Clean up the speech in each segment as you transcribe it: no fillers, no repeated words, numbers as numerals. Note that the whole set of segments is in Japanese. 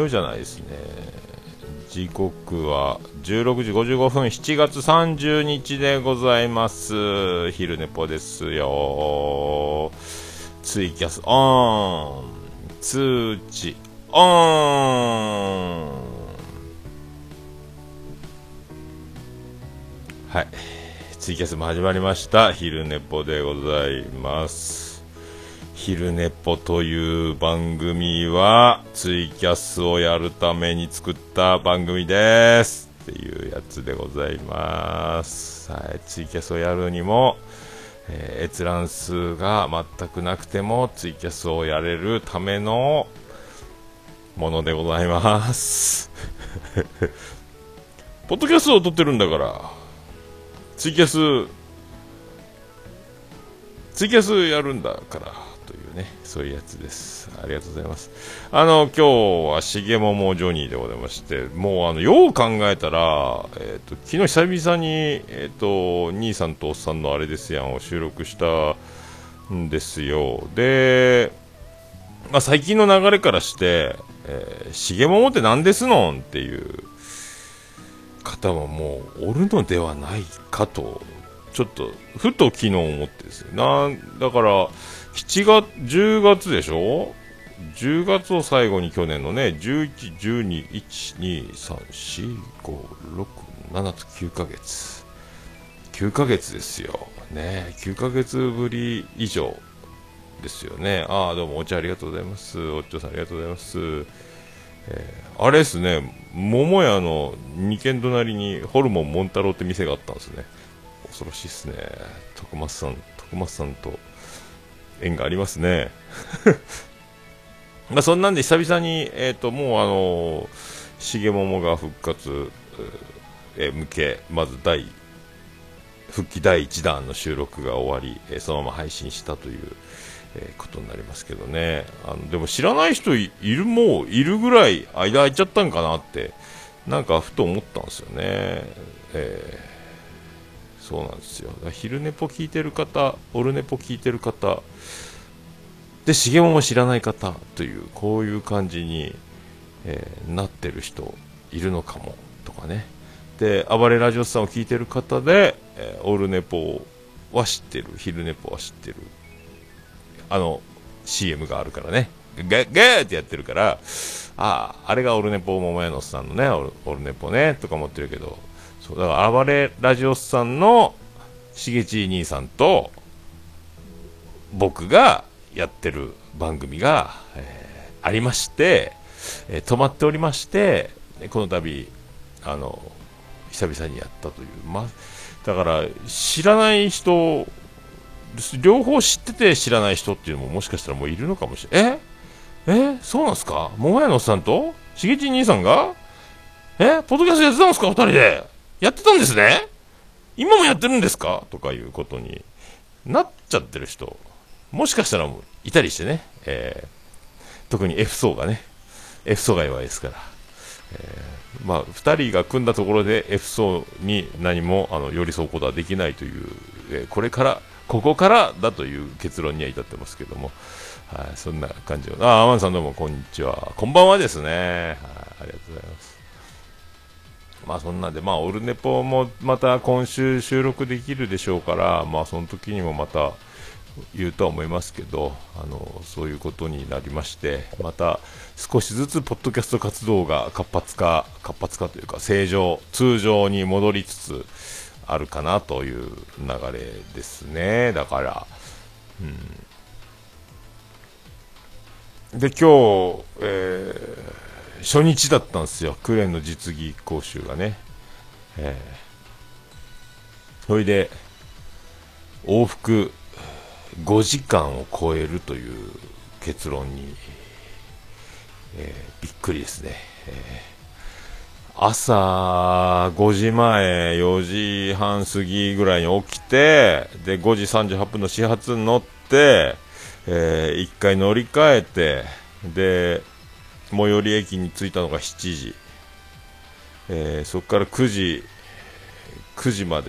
じゃないですね。時刻は16時55分、7月30日でございます。昼寝ぽですよ。ツイキャスオン、通知オン。はい、ツイキャスも始まりました。昼寝ぽでございます。昼寝ぽという番組はツイキャスをやるために作った番組ですっていうやつでございます。はい、ツイキャスをやるにも、閲覧数が全くなくてもツイキャスをやれるためのものでございますポッドキャストを撮ってるんだからツイキャスやるんだからというね、そういうやつです。ありがとうございます。今日はしげももジョニーでございまして、もうよう考えたら、昨日久々に兄さんとおっさんのあれですやんを収録したんですよ。で、最近の流れからして、しげももって何ですのんっていう方はもうおるのではないかとちょっとふと昨日思ってですね。だから7月10月でしょ。10月を最後に去年のね11、12、1、2、3、4、5、6、7と9ヶ月ですよね。9ヶ月ぶり以上ですよね。どうもお茶ありがとうございます。おっちょさんありがとうございます。あれですね、桃屋の2軒隣にホルモンモンタロウって店があったんですね。恐ろしいですね。徳松さんと縁がありますねそんなんで久々にもうしげももが復活へ向け、まず復帰第1弾の収録が終わり、そのまま配信したということになりますけどね。でも知らない人もういるぐらい間空いちゃったんかなってなんかふと思ったんですよね。そうなんですよ。昼寝ぽ聞いてる方、オルネポ聞いてる方でしげもも知らない方というこういう感じに、なってる人いるのかもとかね。で暴れラジオスさんを聞いてる方で、オルネポは知ってる、昼ネポは知ってる、CM があるからね、ガーってやってるから、あれがオルネポ桃屋のさんのね、オルネポねとか思ってるけど、そうだから暴れラジオスさんのしげち兄さんと僕がやってる番組が、ありまして、止まっておりまして、この度久々にやったという、だから知らない人、両方知ってて知らない人っていうのももしかしたらもういるのかもしれない。そうなんすか。桃屋のおっさんとしげち兄さんがポッドキャストやってたんですか。2人でやってたんですね。今もやってるんですかとかいうことになっちゃってる人もしかしたらもういたりしてね、特に F 層が弱いですから、2人が組んだところで F 層に何も寄り添うことはできないという、ここからだという結論には至ってますけども、そんな感じで、アマンさんどうもこんにちは、こんばんはですね。ありがとうございます。そんなんで、オルネポもまた今週収録できるでしょうから、その時にもまた言うとは思いますけど、そういうことになりまして、また少しずつポッドキャスト活動が活発化というか通常に戻りつつあるかなという流れですね。だから、で今日、初日だったんですよ、クレーンの実技講習がね。それで往復5時間を超えるという結論に、びっくりですね。朝5時前、4時半過ぎぐらいに起きて、で5時38分の始発に乗って、1回乗り換えて、で最寄り駅に着いたのが7時、そこから9時ま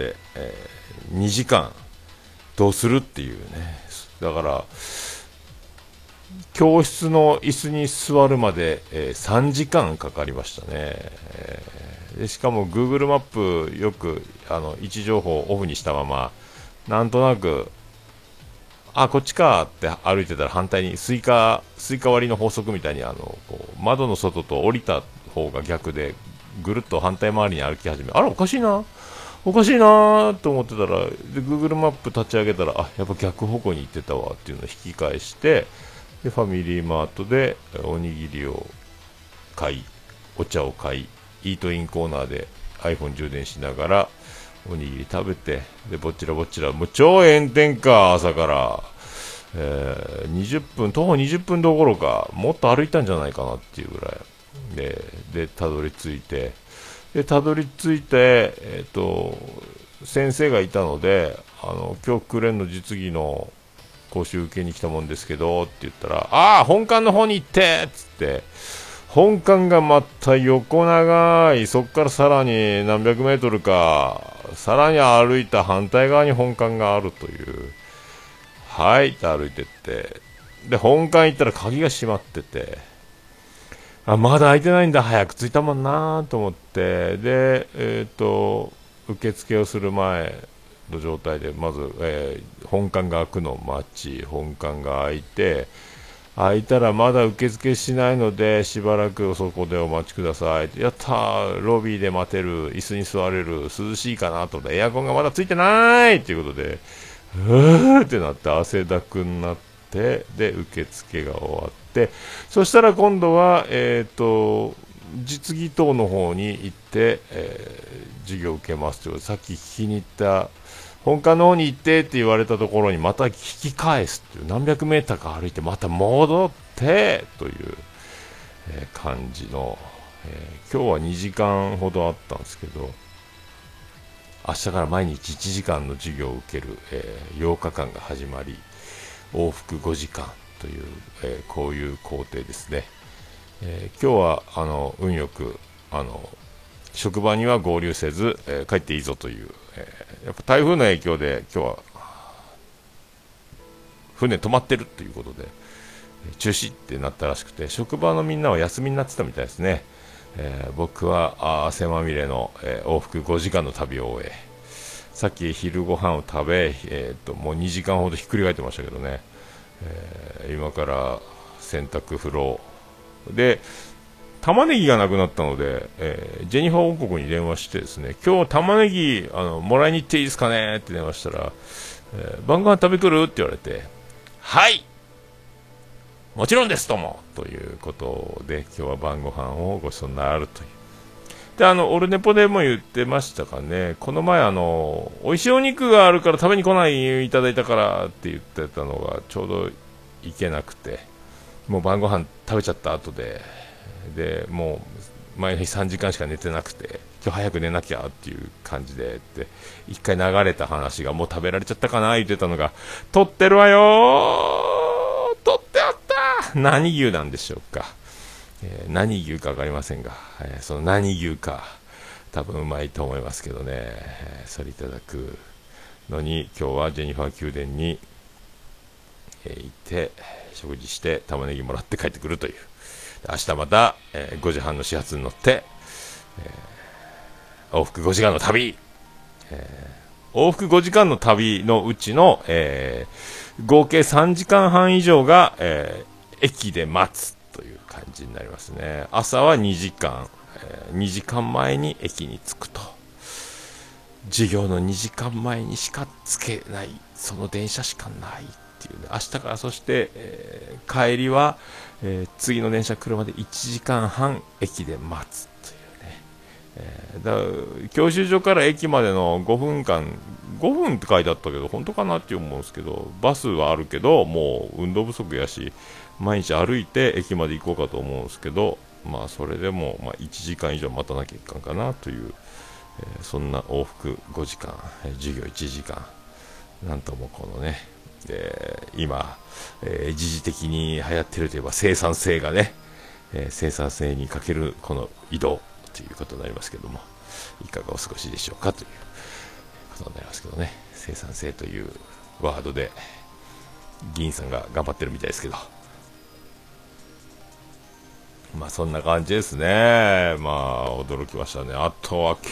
で、2時間どうするっていうね。だから教室の椅子に座るまで、3時間かかりましたね。でしかも Google マップよく位置情報をオフにしたまま、なんとなくこっちかって歩いてたら反対にスイカ割りの法則みたいにこう窓の外と降りた方が逆でぐるっと反対回りに歩き始め、あれおかしいなと思ってたら、で Google マップ立ち上げたら、やっぱ逆方向に行ってたわっていうのを引き返して、でファミリーマートでおにぎりを買い、お茶を買い、イートインコーナーで iPhone 充電しながらおにぎり食べて、でぼっちらもう超炎天下、朝から、20分徒歩20分どころかもっと歩いたんじゃないかなっていうぐらいでたどり着いて、先生がいたので、今日暮れの実技の講習受けに来たもんですけどって言ったら、本館の方に行ってっつって、本館がまた横長い、そっからさらに何百メートルかさらに歩いた反対側に本館があるという、はいって歩いてって、で本館行ったら鍵が閉まってて、まだ開いてないんだ、早く着いたもんなと思って、で受付をする前の状態でまず、本館が開くのを待ち、本館が開いたらまだ受付しないのでしばらくそこでお待ちください。やったー、ロビーで待てる、椅子に座れる、涼しいかなと思って、エアコンがまだついてないということで、ってなって汗だくになって、で受付が終わって、そしたら今度は実技棟の方に行って、授業を受けますという、さっき聞きに行った本館の方に行ってって言われたところにまた引き返すっていう、何百メーターか歩いてまた戻ってという、感じの、今日は2時間ほどあったんですけど、明日から毎日1時間の授業を受ける、8日間が始まり、往復5時間という、こういう工程ですね。今日は運よく職場には合流せず、帰っていいぞという、やっぱ台風の影響で今日は船止まってるということで、中止ってなったらしくて、職場のみんなは休みになってたみたいですね。僕は汗まみれの、往復5時間の旅を終え、さっき昼ご飯を食べ、もう2時間ほどひっくり返ってましたけどね、今から洗濯風呂で玉ねぎがなくなったので、ジェニファー王国に電話してですね、今日玉ねぎもらいに行っていいですかねって電話したら、晩ご飯食べ来るって言われて、はいもちろんですともということで、今日は晩ご飯をごちそうになるという。でオルネポでも言ってましたかね、この前美味しいお肉があるから食べに来ないいただいたからって言ってたのがちょうどいけなくて、もう晩ご飯食べちゃった後でもう前の日3時間しか寝てなくて、今日早く寝なきゃっていう感じでって一回流れた話が、もう食べられちゃったかな言ってたのが、撮ってるわよー、撮ってあった、何牛なんでしょうか、何牛か分かりませんが、その何牛か多分うまいと思いますけどね、それいただくのに今日はジェニファー宮殿に、行って食事して玉ねぎもらって帰ってくるという。明日また、5時半の始発に乗って、往復5時間の旅、往復5時間の旅のうちの、合計3時間半以上が、駅で待つという感じになりますね。朝は2時間、2時間前に駅に着くと、授業の2時間前にしか着けない、その電車しかないっていうね。明日からそして、帰りは、次の電車来るまで1時間半駅で待つというね。教習所から駅までの5分間、5分って書いてあったけど本当かなって思うんですけど、バスはあるけどもう運動不足やし、毎日歩いて駅まで行こうかと思うんですけど、まあそれでも、1時間以上待たなきゃいかんかなという、そんな往復5時間、授業1時間、なんともこのね、今、時事的に流行っているといえば生産性がね、生産性にかけるこの移動ということになりますけども、いかがお過ごしでしょうかということになりますけどね。生産性というワードで議員さんが頑張ってるみたいですけど、 まあそんな感じですね。まあ驚きましたね。あとは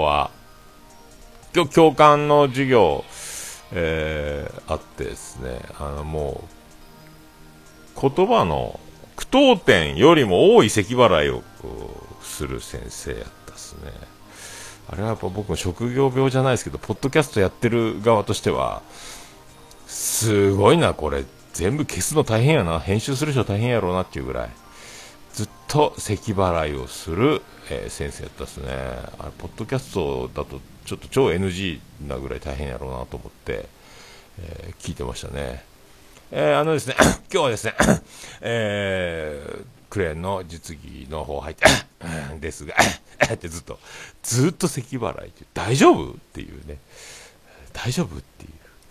今日教官の授業、あってですね、もう言葉の句読点よりも多い咳払いをする先生やったですね。あれはやっぱ僕も職業病じゃないですけど、ポッドキャストやってる側としてはすごいな、これ全部消すの大変やな、編集する人大変やろうなっていうぐらいずっと咳払いをする、先生やったですね。あれポッドキャストだとちょっと超 NG なぐらい大変やろうなと思って、聞いてましたね。ですね今日はですねクレーンの実技の方入ってですがってずっと咳払いって大丈夫っていうね、大丈夫っていう、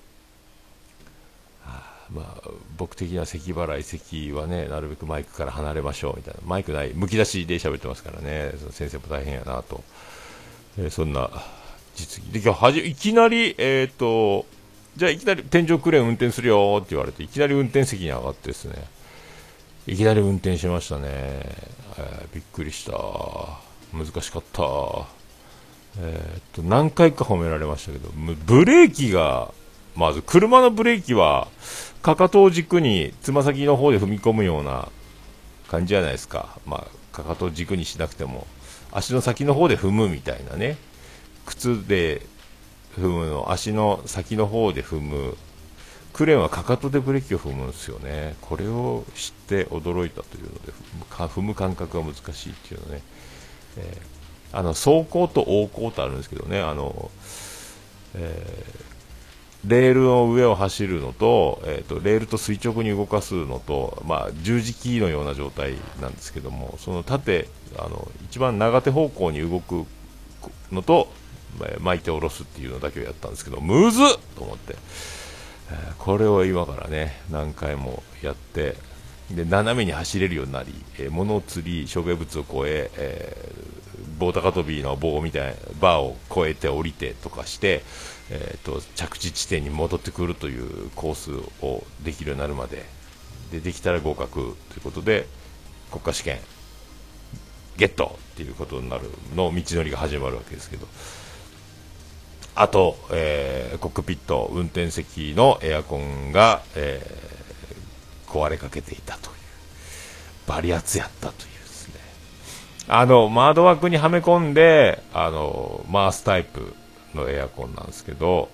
まあ、僕的な咳払い咳はね、なるべくマイクから離れましょうみたいな、マイクないむき出しで喋ってますからね、その先生も大変やなと、そんな実技で今日いきなりじゃあいきなり天井クレーン運転するよって言われて、いきなり運転席に上がってですね、いきなり運転しましたね。びっくりした。難しかった。何回か褒められましたけど、ブレーキが、まず車のブレーキは、かかとを軸につま先の方で踏み込むような感じじゃないですか。まあ、かかとを軸にしなくても、足の先の方で踏むみたいなね。靴で踏むの、足の先の方で踏む。クレーンはかかとでブレーキを踏むんですよね。これを知って驚いたというので、踏む感覚が難しいっていうのね。走行と横行とあるんですけどね、レールの上を走るのと、レールと垂直に動かすのと、まあ、十字キーのような状態なんですけども、その一番長手方向に動くのと、巻いて下ろすっていうのだけをやったんですけど、むずっと思って、これを今からね、何回もやって、で斜めに走れるようになり、物を釣り、障害物を越え、棒高跳びの棒みたいなバーを越えて降りてとかして、着地地点に戻ってくるというコースをできるようになるまで、できたら合格ということで国家試験ゲットっていうことになるの道のりが始まるわけですけど、あと、コックピット運転席のエアコンが、壊れかけていたという、バリアツやったというですね、窓枠にはめ込んで回すタイプのエアコンなんですけど、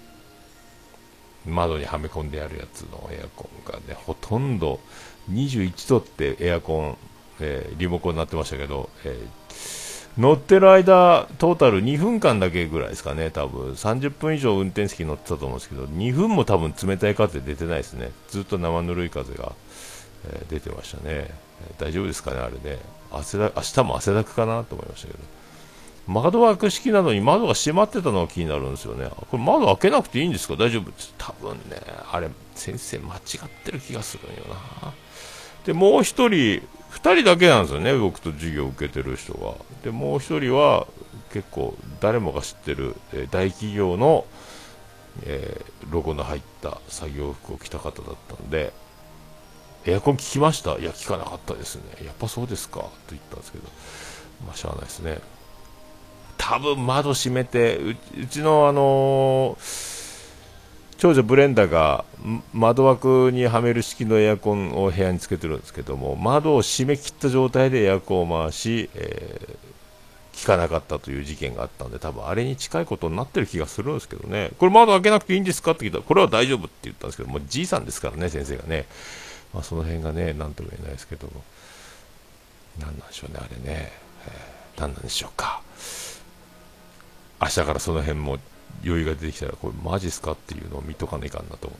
窓にはめ込んでやるやつのエアコンがね、ほとんど21度ってエアコン、リモコンになってましたけど、乗ってる間トータル2分間だけぐらいですかね。多分30分以上運転席乗ってたと思うんですけど、2分も多分冷たい風出てないですね。ずっと生ぬるい風が、出てましたね。大丈夫ですかね、あれね。明日も汗だくかなと思いましたけど、窓枠式なのに窓が閉まってたのが気になるんですよね。これ窓開けなくていいんですか、大丈夫です。多分ね、あれ先生間違ってる気がするんよな。でもう一人2人だけなんですよね、僕と授業を受けてる人が。でもう一人は結構誰もが知ってる、大企業の、ロゴの入った作業服を着た方だったんで、エアコン効きました？いや、効かなかったですね。やっぱそうですかと言ったんですけど、まあしゃあないですね。多分窓閉めて、うちの長女ブレンダが窓枠にはめる式のエアコンを部屋につけてるんですけども、窓を閉め切った状態でエアコンを回し、効かなかったという事件があったんで、多分あれに近いことになってる気がするんですけどね。これ窓開けなくていいんですかって聞いたら、これは大丈夫って言ったんですけども、じいさんですからね、先生がね。まあ、その辺がね、なんとも言えないですけど、なんなんでしょうね、あれね。なんなんでしょうか。明日からその辺も余裕が出てきたら、これマジっすかっていうのを見とかないかんなと思って、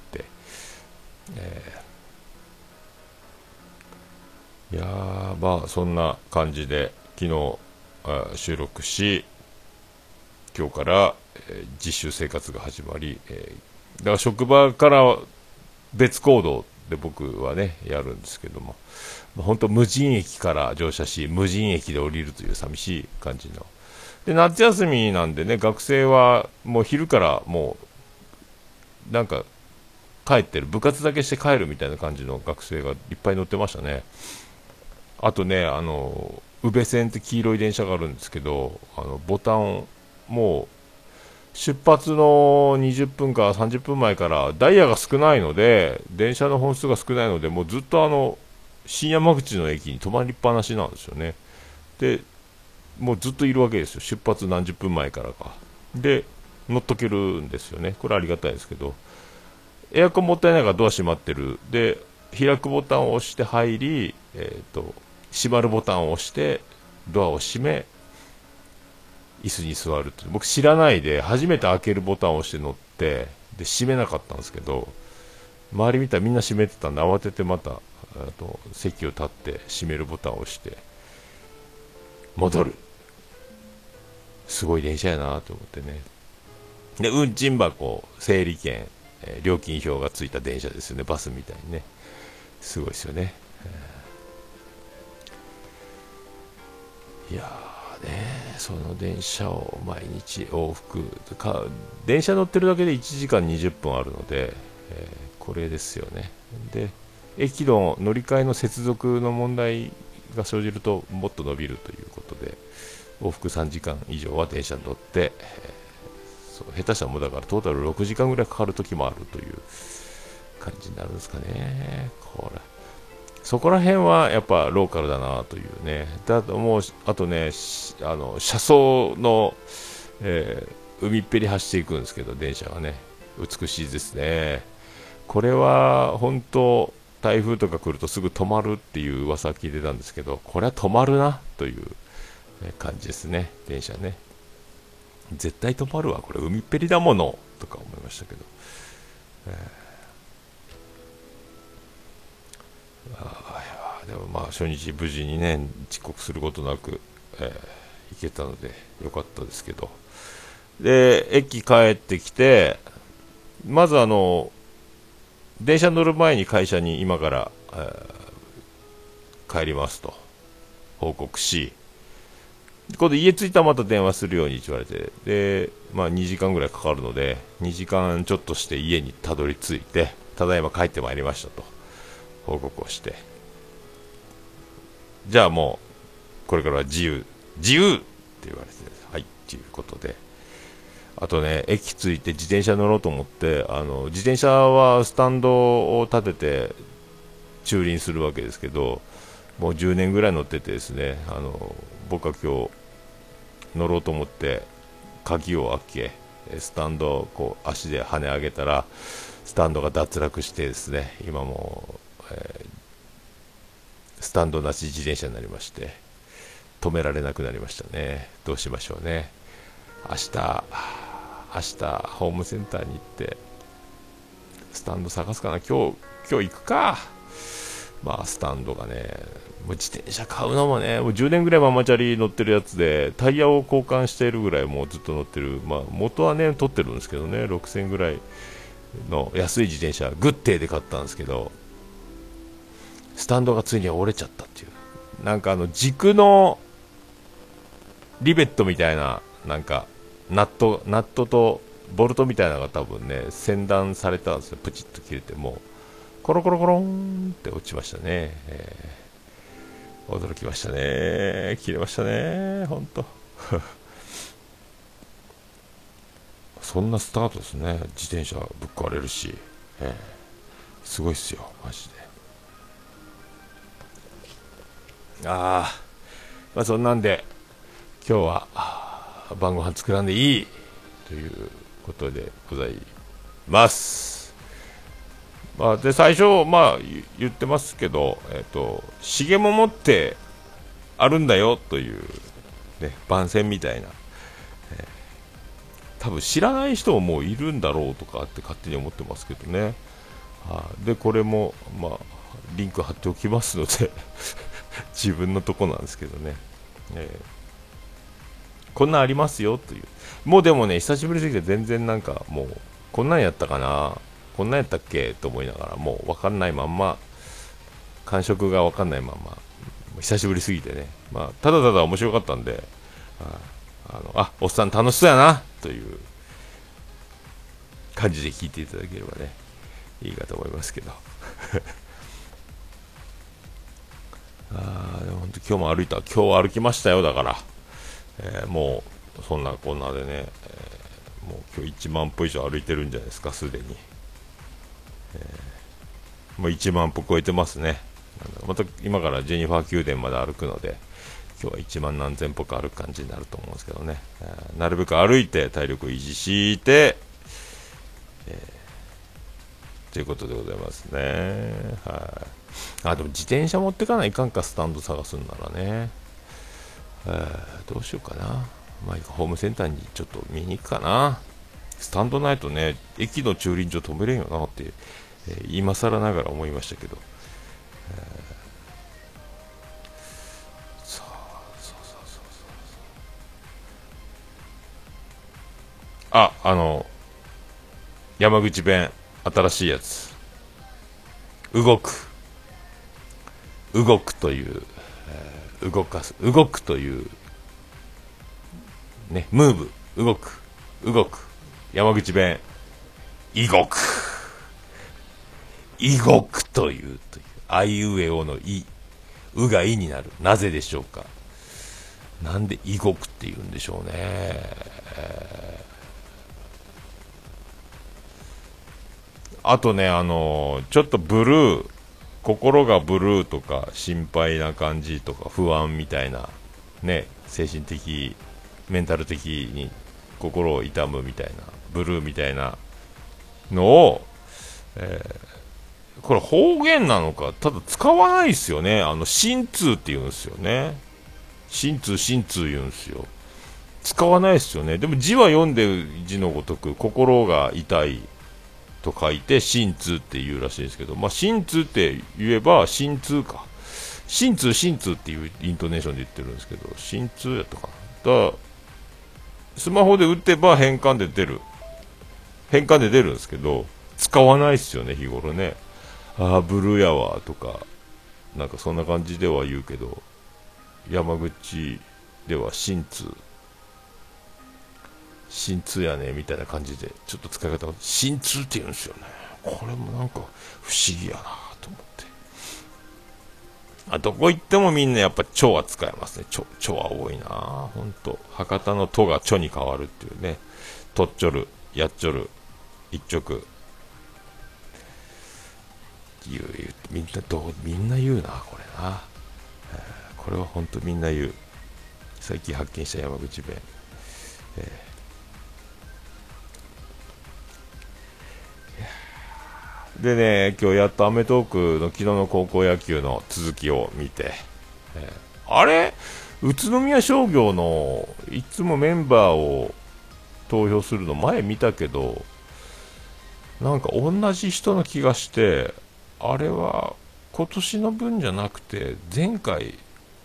いやー、まあそんな感じで昨日収録し、今日から、実習生活が始まり、だから職場から別行動で僕はねやるんですけども、本当無人駅から乗車し無人駅で降りるという寂しい感じので、夏休みなんでね、学生はもう昼からもうなんか帰ってる、部活だけして帰るみたいな感じの学生がいっぱい乗ってましたね。 あとね、宇部線って黄色い電車があるんですけど、ボタンを、もう、出発の20分か30分前からダイヤが少ないので、電車の本数が少ないので、もうずっと新山口の駅に止まりっぱなしなんですよね。で、もうずっといるわけですよ。出発何十分前からか。で、乗っとけるんですよね。これありがたいですけど、エアコンもったいないからドア閉まってる。で、開くボタンを押して入り、閉まるボタンを押して、ドアを閉め、椅子に座るって。僕知らないで、初めて開けるボタンを押して乗って、で、閉めなかったんですけど、周り見たらみんな閉めてたんで、慌ててまた、席を立って閉めるボタンを押して、戻る。すごい電車やなと思ってね。で、運賃箱、整理券、料金表がついた電車ですよね、バスみたいにね。すごいですよね。いやーね、その電車を毎日往復か、電車乗ってるだけで1時間20分あるので、これですよね。で、駅の乗り換えの接続の問題が生じるともっと伸びるということで、往復3時間以上は電車に乗って、そう下手したらもうだからトータル6時間ぐらいかかる時もあるという感じになるんですかね。これそこら辺はやっぱローカルだなというね。だともうあとね、車窓の、海っぺり走っていくんですけど、電車がね美しいですね。これは本当台風とか来るとすぐ止まるっていう噂聞いてたんですけど、これは止まるなという感じですね。電車ね、絶対止まるわ、これ海っぺりだものとか思いましたけど、でもまあ初日無事にね遅刻することなく、行けたので良かったですけど、で駅帰ってきて、まず電車乗る前に会社に今から、帰りますと報告し、今度家着いたらまた電話するように言われて、で、まあ、2時間ぐらいかかるので2時間ちょっとして家にたどり着いて、ただいま帰ってまいりましたと報告をして、じゃあもうこれからは自由自由って言われて、はいということで、あとね、駅着いて自転車乗ろうと思って、自転車はスタンドを立てて駐輪するわけですけど、もう10年ぐらい乗っててですね、僕は今日乗ろうと思って鍵を開け、スタンドをこう足で跳ね上げたらスタンドが脱落してですね、今もう、スタンドなし自転車になりまして、止められなくなりましたね。どうしましょうね。明日ホームセンターに行ってスタンド探すかな。今日行くか。まあスタンドがね、もう自転車買うのもね、もう10年ぐらいママチャリ乗ってるやつで、タイヤを交換しているぐらいもうずっと乗ってる、まあ元はね取ってるんですけどね、6000円ぐらいの安い自転車グッテーで買ったんですけど、スタンドがついに折れちゃったっていう、なんか軸のリベットみたいな、なんかナットとボルトみたいなのが多分ね切断されたんですよ。プチッと切れて、もうコロコロコロンって落ちましたね。驚きましたね。切れましたね、本当そんなスタートですね。自転車ぶっ壊れるし、すごいっすよマジで。まあそんなんで今日は晩ご飯作らんでいいということでございます。まあ、で最初、まあ、言ってますけど、しげももってあるんだよという、ね、番宣みたいな、多分知らない人ももういるんだろうとかって勝手に思ってますけどね。でこれも、まあ、リンク貼っておきますので自分のとこなんですけどね、こんなんありますよという。もうでもね、久しぶりすぎて全然なんかもうこんなんやったかな、こんなんやったっけと思いながら、もう分かんないまんま、感触が分かんないまんま、久しぶりすぎてね、まあ、ただただ面白かったんで、おっさん楽しそうやなという感じで聞いていただければねいいかと思いますけどでも今日も歩いた、今日歩きましたよ、だから、もうそんなこんなでね、もう今日1万歩以上歩いてるんじゃないですか、すでに、もう1万歩超えてますね。また今からジェニファー宮殿まで歩くので、今日は1万何千歩か歩く感じになると思うんですけどね、なるべく歩いて体力を維持して、ということでございますね。はい。でも自転車持ってかないかんか、スタンド探すんならね。どうしようかな。まあ、ホームセンターにちょっと見に行くかな。スタンドないとね、駅の駐輪場止めれんよなって、今更ながら思いましたけど。そうそうそうそうそう。山口弁、新しいやつ。動く。動くという、動かす。動くという、ね、ムーブ。動く。動く。山口弁。動く。動くという、あいうえおのい。うがいになる。なぜでしょうか。なんで動くって言うんでしょうね。あとね、ちょっとブルー、心がブルーとか心配な感じとか不安みたいなね、精神的メンタル的に心を痛むみたいなブルーみたいなのを、これ方言なのか、ただ使わないですよね。心痛って言うんですよね。心痛心痛言うんですよ。使わないですよね。でも字は読んでる字のごとく心が痛いと書いて心痛って言うらしいですけど、まあ心痛って言えば心痛か、心痛心痛っていうイントネーションで言ってるんですけど、心痛やったかな。だからスマホで打てば変換で出るんですけど、使わないですよね、日頃ね。ブルーやわとかなんかそんな感じでは言うけど、山口では心痛やねみたいな感じでちょっと使い方が心痛って言うんですよね。これもなんか不思議やなと思って。どこ行ってもみんなやっぱ「ちょ」は使いますね。ちょは多いな本当。博多の「と」が「ちょ」に変わるっていうね。とっちょる、やっちょる、一直言うみんな言うなこれな、これは本当みんな言う。最近発見した山口弁、でね、今日やっとアメトークの昨日の高校野球の続きを見て、あれ宇都宮商業のいつもメンバーを投票するの前見たけど、なんか同じ人の気がして、あれは今年の分じゃなくて前回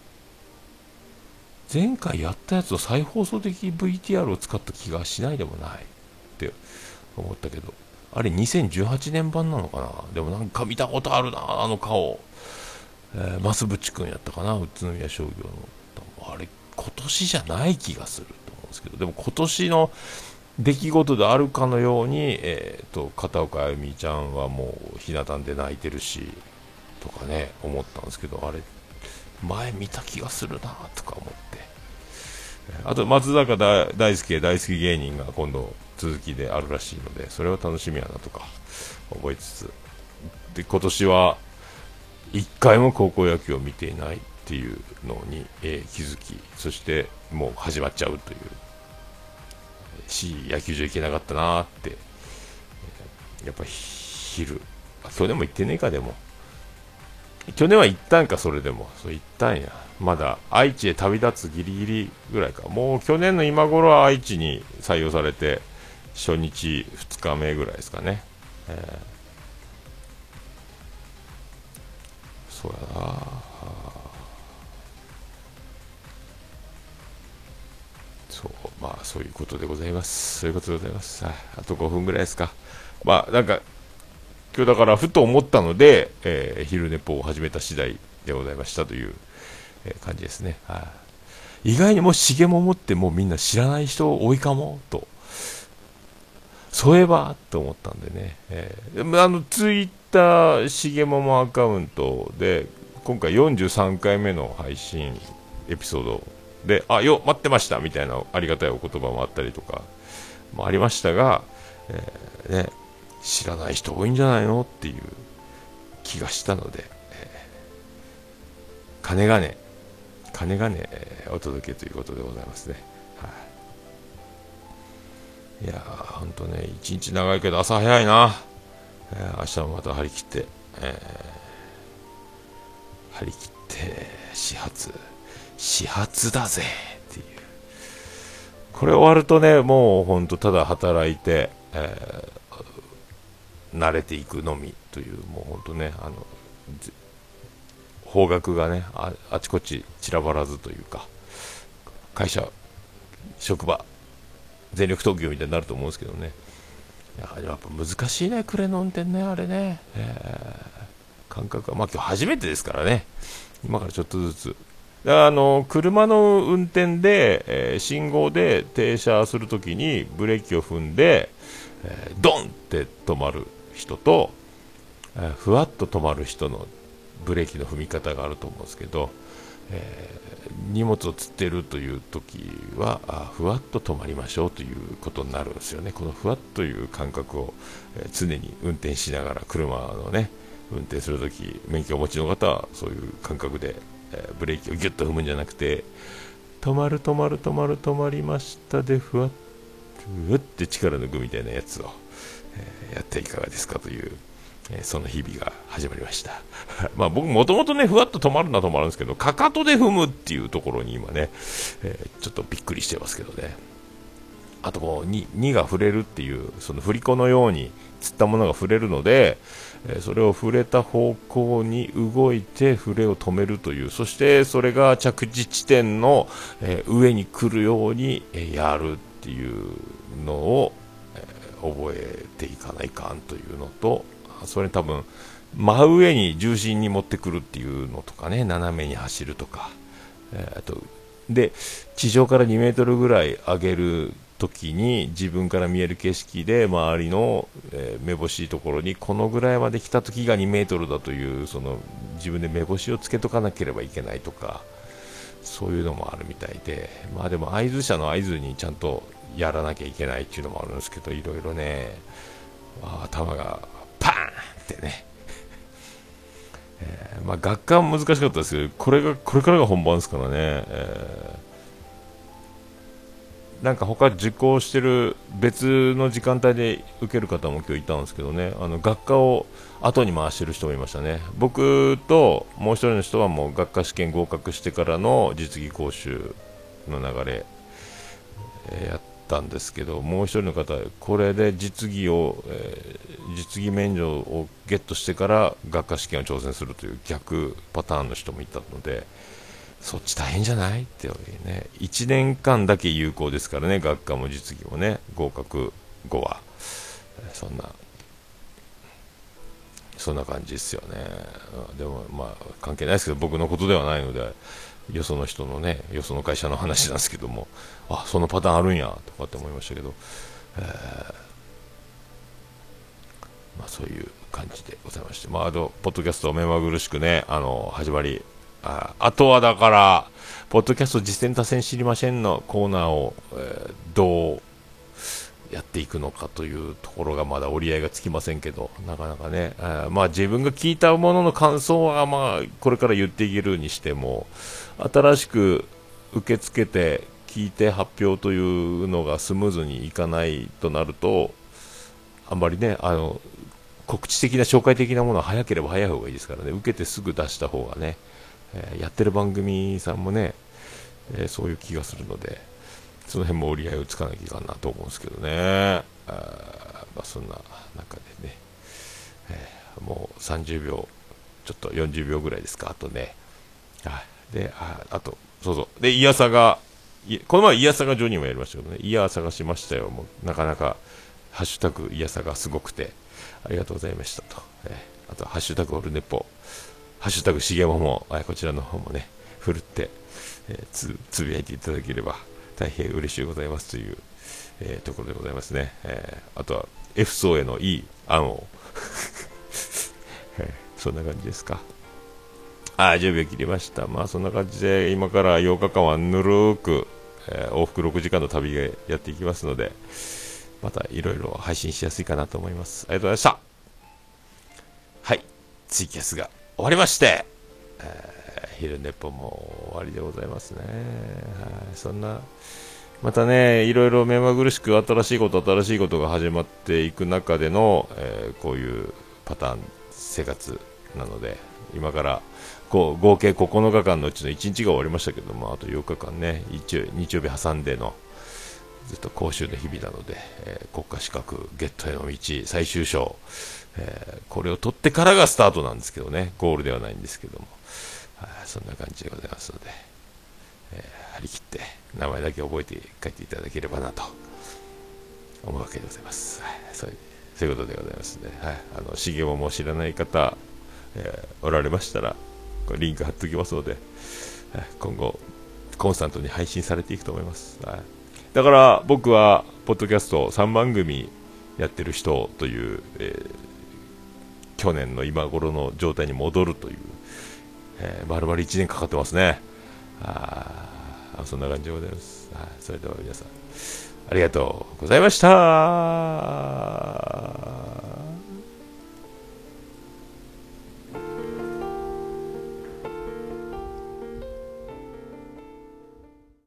やったやつを再放送的 VTR を使った気がしないでもないって思ったけど、あれ2018年版なのかな。でもなんか見たことあるなあの顔、増渕君やったかな、宇都宮商業の。あれ今年じゃない気がすると思うんですけど、でも今年の出来事であるかのように、片岡あゆみちゃんはもうひな壇で泣いてるしとかね思ったんですけど、あれ前見た気がするなとか思って、あと松坂大輔芸人が今度続きであるらしいので、それは楽しみやなとか覚えつつ、で今年は1回も高校野球を見ていないっていうのに、気づき、そしてもう始まっちゃうという野球場行けなかったなーって、やっぱ去年も行ってねえか。でも去年は行ったんか。それでもそう行ったんや。まだ愛知へ旅立つギリギリぐらいか。もう去年の今頃は愛知に採用されて初日2日目ぐらいですかね。そうやな。まあそういうことでございます。そういうことでございます。あと5分ぐらいですか。まあなんか今日だからふと思ったので、昼寝ぽを始めた次第でございましたという、感じですね。意外にもしげももってもうみんな知らない人多いかもと、そういえばと思ったんでね、ツイッターしげももアカウントで今回43回目の配信エピソードで、待ってましたみたいなありがたいお言葉もあったりとかもありましたが、知らない人多いんじゃないのっていう気がしたので、金がね、お届けということでございますね。いやー、ほんとね、一日長いけど朝早いな。明日もまた張り切って、始発だぜっていう。これ終わるとね、もうほんとただ働いて、慣れていくのみという、もうほんとね、方角がね、あちこち散らばらずというか、会社、職場、全力投球みたいになると思うんですけどね。やっぱ難しいね、クレの運転ね、あれね。感覚は、まあ今日初めてですからね、今からちょっとずつ。だから車の運転で、信号で停車するときにブレーキを踏んで、ドンって止まる人と、ふわっと止まる人のブレーキの踏み方があると思うんですけど、荷物を釣っているという時はふわっと止まりましょうということになるんですよね。このふわっという感覚を、常に運転しながら車のね運転するとき、免許をお持ちの方はそういう感覚で、ブレーキをギュッと踏むんじゃなくて、止まりましたでふわって力抜くみたいなやつを、やっていかがですかという、その日々が始まりました。まあ僕もともとね、ふわっと止まるんですけど、かかとで踏むっていうところに今ね、ちょっとびっくりしてますけどね。あとこう2が触れるっていう、その振り子のように釣ったものが触れるので、それを触れた方向に動いて触れを止めるという、そしてそれが着地地点の、上に来るように、やるっていうのを、覚えていかないかんというのと、それ多分真上に重心に持ってくるっていうのとかね、斜めに走るとか、あとで地上から2メートルぐらい上げる時に自分から見える景色で周りの、目星ところにこのぐらいまで来た時が2メートルだという、その自分で目星をつけとかなければいけないとか、そういうのもあるみたいで、まあでも合図者の合図にちゃんとやらなきゃいけないっていうのもあるんですけど、いろいろね、頭がパーンってね、まあ学科は難しかったですけど、これからが本番ですからね、なんか他受講してる別の時間帯で受ける方も今日いたんですけどね、学科を後に回してる人もいましたね。僕ともう一人の人はもう学科試験合格してからの実技講習の流れ、やったんですけど、もう一人の方これで実技免除をゲットしてから学科試験を挑戦するという逆パターンの人もいたので、そっち大変じゃないってね、1年間だけ有効ですからね、学科も実技もね、合格後はそんな感じですよね。でもまあ関係ないですけど、僕のことではないので、よその人のね、よその会社の話なんですけども、そのパターンあるんやとかって思いましたけど、まあそういう感じでございまして、ポッドキャスト目まぐるしくね、始まり、あとはだから、ポッドキャスト実践多戦知りませんのコーナーを、どうやっていくのかというところがまだ折り合いがつきませんけど、なかなかね、まあ自分が聞いたものの感想はまあこれから言っていけるにしても、新しく受け付けて聞いて発表というのがスムーズにいかないとなると、あんまりね、告知的な紹介的なものは早ければ早い方がいいですからね、受けてすぐ出した方がね、やってる番組さんもね、そういう気がするので、その辺も折り合いをつかなきゃいかんなと思うんですけどね。そんな中でね、もう30秒ちょっと40秒ぐらいですか、あとね。で、あとそうで、イヤサガ、この前イヤサガジョニーもやりましたけどね、イヤサガしましたよ。もうなかなかハッシュタグイヤサガすごくてありがとうございましたと、あとハッシュタグオルネポ、ハッシュタグしげもも、こちらの方もねふるって、つぶやいていただければ大変嬉しいございますという、ところでございますね。あとは F 層へのいい案をそんな感じですか。 10秒切りました。まあそんな感じで今から8日間はぬるーく、往復6時間の旅がやっていきますので、またいろいろ配信しやすいかなと思います。ありがとうございました。はい、ツイキャスが終わりまして、昼寝ぽも終わりでございますね。はい、そんなまたね、いろいろ目まぐるしく新しいことが始まっていく中での、こういうパターン生活なので、今から合計9日間のうちの1日が終わりましたけども、あと8日間ね、日曜日挟んでのずっと講習の日々なので、国家資格ゲットへの道最終章、これを取ってからがスタートなんですけどね、ゴールではないんですけども、そんな感じでございますので、張り切って名前だけ覚えて帰っていただければなと思うわけでございます。はい、そういうことでございますね。はい、しげもも知らない方、おられましたら、これリンク貼っておきますので、今後コンスタントに配信されていくと思います。はい、だから僕はポッドキャスト3番組やってる人という、去年の今頃の状態に戻るという、丸々1年かかってますね。そんな感じでございます。それでは皆さんありがとうございました。